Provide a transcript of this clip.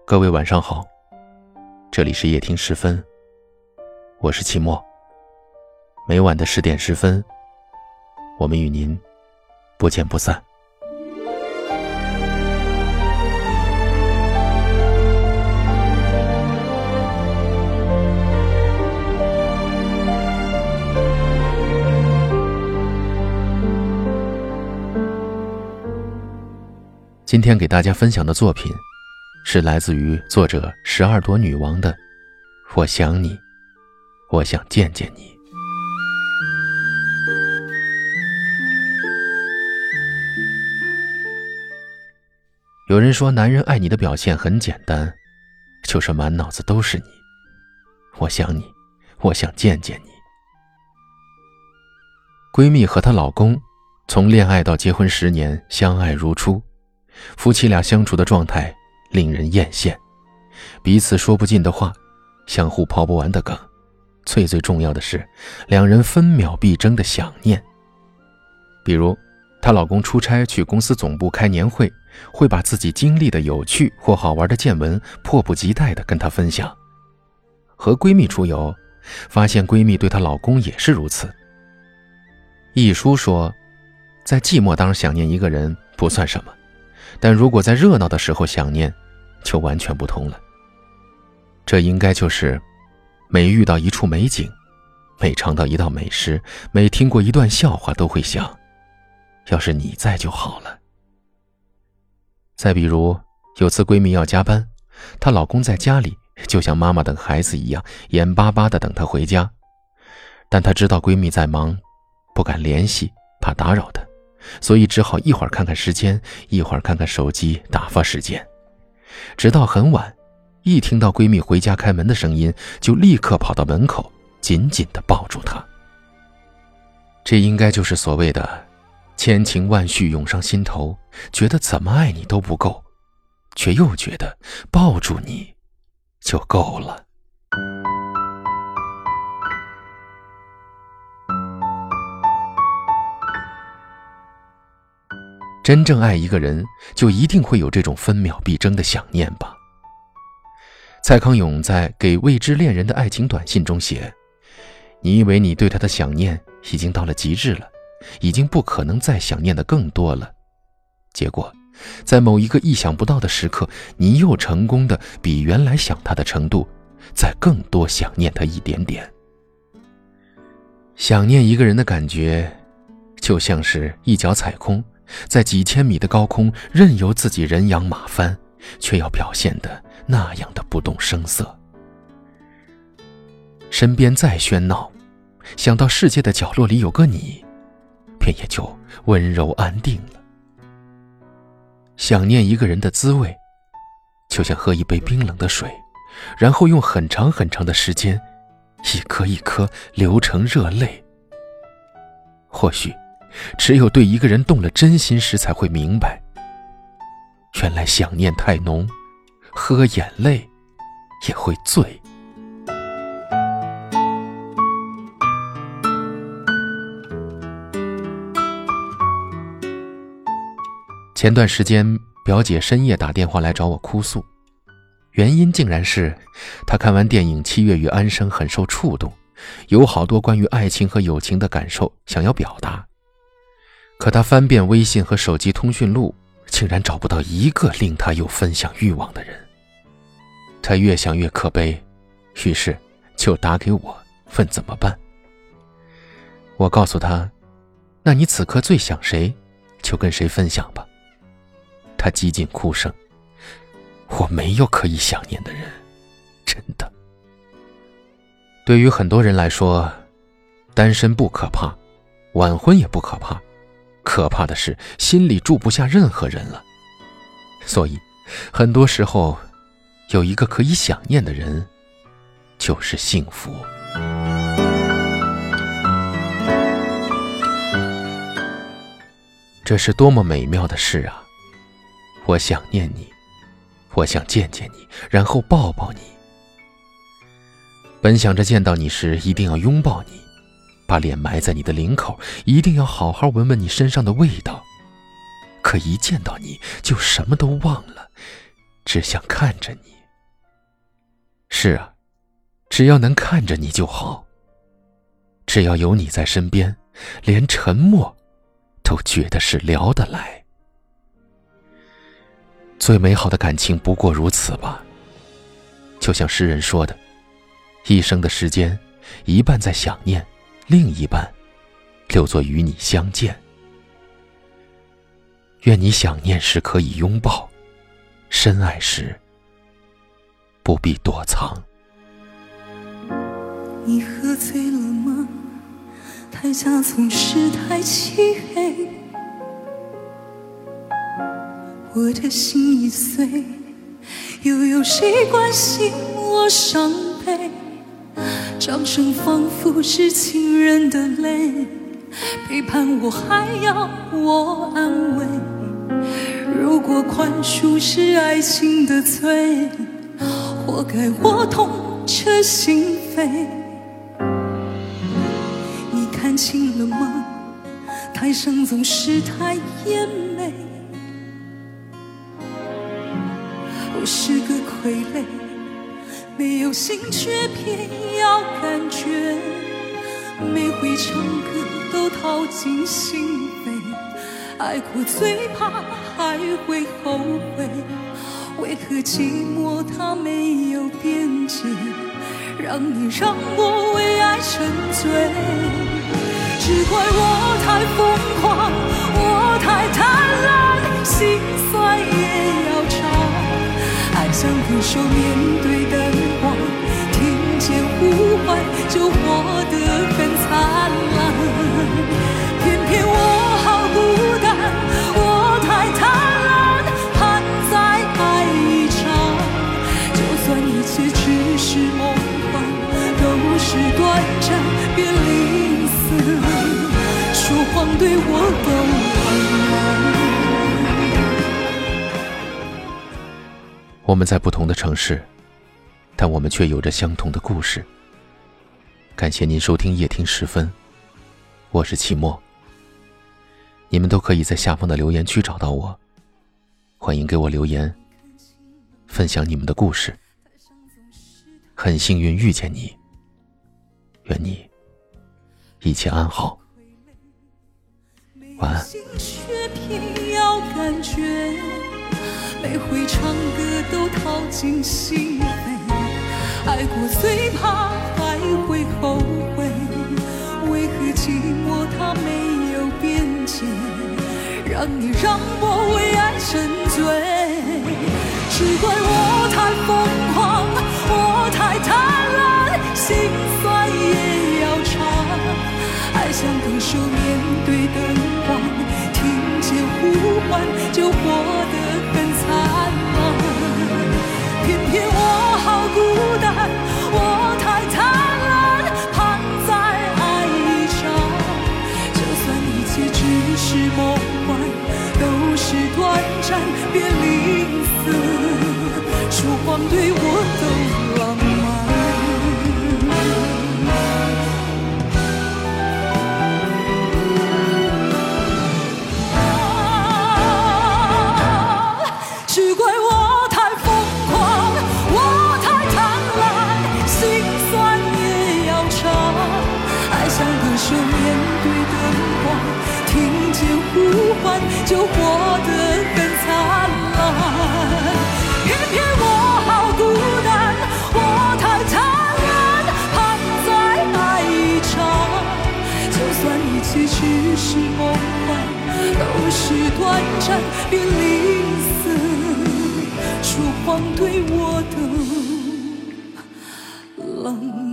各位晚上好，这里是夜听10分，我是期末。每晚的10点10分，我们与您不见不散。今天给大家分享的作品是来自于作者12朵女王的《我想你，我想见见你》。有人说，男人爱你的表现很简单，就是满脑子都是你。我想你，我想见见你。闺蜜和她老公从恋爱到结婚10年，相爱如初，夫妻俩相处的状态令人艳羡，彼此说不尽的话，相互抛不完的梗，最重要的是两人分秒必争的想念。比如她老公出差去公司总部开年会，会把自己经历的有趣或好玩的见闻迫不及待地跟她分享。和闺蜜出游，发现闺蜜对她老公也是如此。一书说，在寂寞当想念一个人不算什么，但如果在热闹的时候想念，就完全不同了。这应该就是每遇到一处美景，每尝到一道美食，每听过一段笑话，都会想，要是你在就好了。再比如，有次闺蜜要加班，她老公在家里就像妈妈等孩子一样，眼巴巴地等她回家。但她知道闺蜜在忙，不敢联系，怕打扰她，所以只好一会儿看看时间，一会儿看看手机打发时间。直到很晚，一听到闺蜜回家开门的声音，就立刻跑到门口，紧紧地抱住她。这应该就是所谓的千情万绪涌上心头，觉得怎么爱你都不够，却又觉得抱住你就够了。真正爱一个人，就一定会有这种分秒必争的想念吧。蔡康永在给未知恋人的爱情短信中写，你以为你对他的想念已经到了极致了，已经不可能再想念的更多了，结果在某一个意想不到的时刻，你又成功的比原来想他的程度再更多想念他一点点。想念一个人的感觉，就像是一脚踩空，在几千米的高空任由自己人仰马翻，却要表现得那样的不动声色。身边再喧闹，想到世界的角落里有个你，便也就温柔安定了。想念一个人的滋味，就像喝一杯冰冷的水，然后用很长很长的时间，一颗一颗流成热泪。或许只有对一个人动了真心时，才会明白，原来想念太浓，喝眼泪也会醉。前段时间，表姐深夜打电话来找我哭诉，原因竟然是她看完电影《七月与安生》很受触动，有好多关于爱情和友情的感受想要表达。可她翻遍微信和手机通讯录，竟然找不到一个令她有分享欲望的人。她越想越可悲，于是就打给我问怎么办。我告诉她，那你此刻最想谁，就跟谁分享吧。她几近哭声，我没有可以想念的人，真的。对于很多人来说，单身不可怕，晚婚也不可怕，可怕的是心里住不下任何人了。所以很多时候，有一个可以想念的人就是幸福。这是多么美妙的事啊！我想念你，我想见见你，然后抱抱你。本想着见到你时一定要拥抱你，把脸埋在你的领口，一定要好好闻闻你身上的味道。可一见到你就什么都忘了，只想看着你。 是啊，只要能看着你就好，只要有你在身边，连沉默都觉得是聊得来。最美好的感情不过如此吧，就像诗人说的，一生的时间，一半在想念，另一半留作与你相见。愿你想念时可以拥抱，深爱时不必躲藏。 你喝醉了吗？台下总是太漆黑，我的心已碎，又有谁关心我伤悲？掌声仿佛是情人的泪，背叛我还要我安慰。如果宽恕是爱情的罪，活该我痛彻心扉。你看清了吗？台上总是太艳美，我是个傀儡，没有心却偏要感觉，每回唱歌都掏尽心扉，爱过最怕还会后悔，为何寂寞它没有边界，让你让我为爱沉醉。只怪我太疯狂，我太贪婪，心酸也要尝，爱像歌手面对灯光，听见呼唤就活得很灿烂，偏偏我好孤单，我太贪婪，盼再爱一场，就算一切只是梦幻，都是短暂，别吝啬，说谎对我都好难。 我们在不同的城市，但我们却有着相同的故事。感谢您收听夜听时分，我是齐墨。你们都可以在下方的留言区找到我，欢迎给我留言，分享你们的故事。很幸运遇见你，愿你一切安好，晚安。 却偏要感觉，每回唱歌都掏尽心扉，爱过最怕还会后悔，为何寂寞它没有边界，让你让我为爱沉醉。只怪我太疯狂，我太贪婪，心酸也要尝，爱像歌手面对灯光，听见呼唤就活得很灿烂，偏偏我好孤单，我太贪婪，盼再爱一场，就算一切只是梦幻，都是短暂，别吝啬，说谎对我都浪漫。只怪我太疯狂，我太贪婪，心酸也要尝，爱像歌手面对灯光，听见呼唤就活得很灿烂，偏偏我好孤单，我太贪婪，盼再爱一场，就算一切只是梦幻，都是短暂，别吝啬，说谎对我的浪漫。